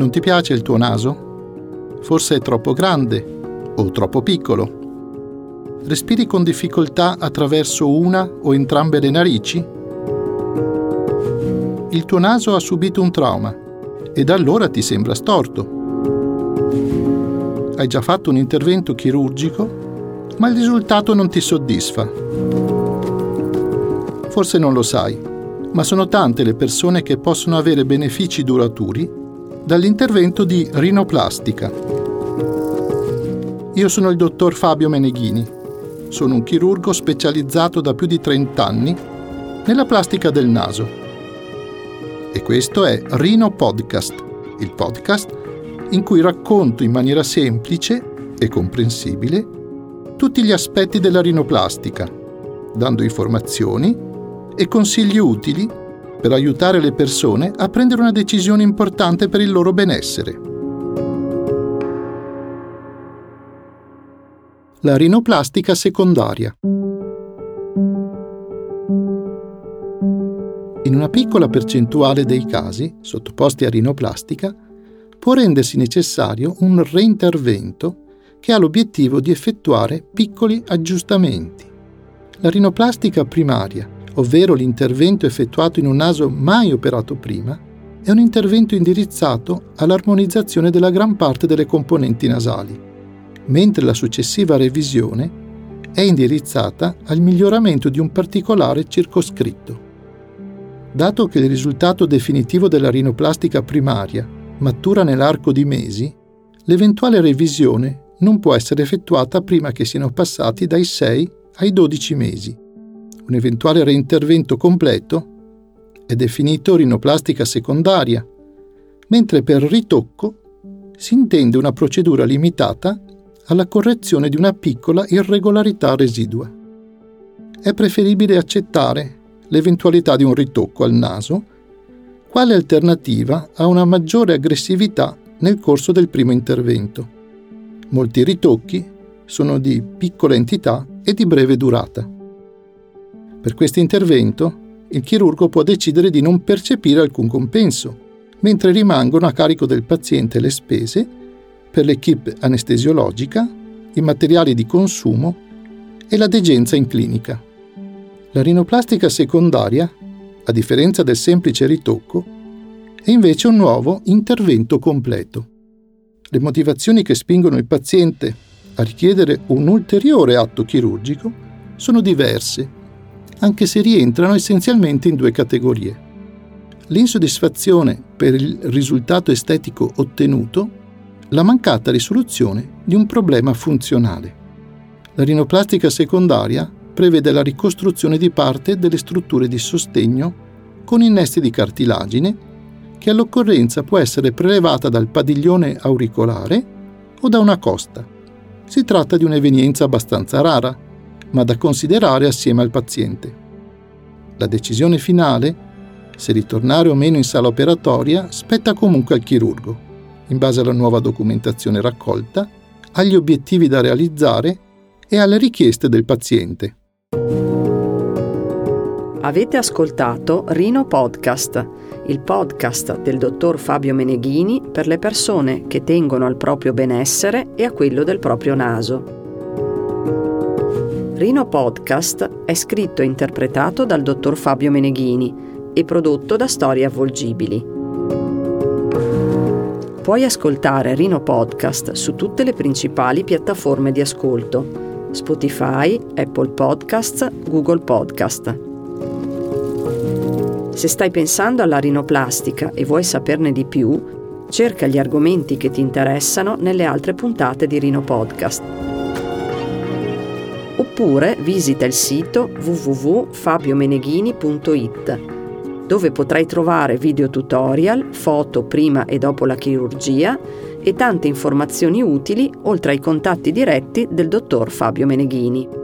Non ti piace il tuo naso? Forse è troppo grande o troppo piccolo? Respiri con difficoltà attraverso una o entrambe le narici? Il tuo naso ha subito un trauma e da allora ti sembra storto. Hai già fatto un intervento chirurgico, ma il risultato non ti soddisfa. Forse non lo sai, ma sono tante le persone che possono avere benefici duraturi dall'intervento di rinoplastica. Io sono il dottor Fabio Meneghini. Sono un chirurgo specializzato da più di 30 anni nella plastica del naso. E questo è Rino Podcast, il podcast in cui racconto in maniera semplice e comprensibile tutti gli aspetti della rinoplastica, dando informazioni e consigli utili per aiutare le persone a prendere una decisione importante per il loro benessere. La rinoplastica secondaria. In una piccola percentuale dei casi sottoposti a rinoplastica può rendersi necessario un reintervento che ha l'obiettivo di effettuare piccoli aggiustamenti. La rinoplastica primaria, ovvero l'intervento effettuato in un naso mai operato prima, è un intervento indirizzato all'armonizzazione della gran parte delle componenti nasali, mentre la successiva revisione è indirizzata al miglioramento di un particolare circoscritto. Dato che il risultato definitivo della rinoplastica primaria matura nell'arco di mesi, l'eventuale revisione non può essere effettuata prima che siano passati dai 6 ai 12 mesi. Un eventuale reintervento completo è definito rinoplastica secondaria, mentre per ritocco si intende una procedura limitata alla correzione di una piccola irregolarità residua. È preferibile accettare l'eventualità di un ritocco al naso quale alternativa a una maggiore aggressività nel corso del primo intervento. Molti ritocchi sono di piccola entità e di breve durata. Per questo intervento, il chirurgo può decidere di non percepire alcun compenso, mentre rimangono a carico del paziente le spese per l'equipe anestesiologica, i materiali di consumo e la degenza in clinica. La rinoplastica secondaria, a differenza del semplice ritocco, è invece un nuovo intervento completo. Le motivazioni che spingono il paziente a richiedere un ulteriore atto chirurgico sono diverse, anche se rientrano essenzialmente in 2 categorie. L'insoddisfazione per il risultato estetico ottenuto, la mancata risoluzione di un problema funzionale. La rinoplastica secondaria prevede la ricostruzione di parte delle strutture di sostegno con innesti di cartilagine che all'occorrenza può essere prelevata dal padiglione auricolare o da una costa. Si tratta di un'evenienza abbastanza rara, ma da considerare assieme al paziente. La decisione finale, se ritornare o meno in sala operatoria, spetta comunque al chirurgo, in base alla nuova documentazione raccolta, agli obiettivi da realizzare e alle richieste del paziente. Avete ascoltato Rino Podcast, il podcast del dottor Fabio Meneghini per le persone che tengono al proprio benessere e a quello del proprio naso. Rino Podcast è scritto e interpretato dal dottor Fabio Meneghini e prodotto da Storie Avvolgibili. Puoi ascoltare Rino Podcast su tutte le principali piattaforme di ascolto: Spotify, Apple Podcasts, Google Podcast. Se stai pensando alla rinoplastica e vuoi saperne di più, cerca gli argomenti che ti interessano nelle altre puntate di Rino Podcast. Oppure visita il sito www.fabiomeneghini.it, dove potrai trovare video tutorial, foto prima e dopo la chirurgia e tante informazioni utili oltre ai contatti diretti del dottor Fabio Meneghini.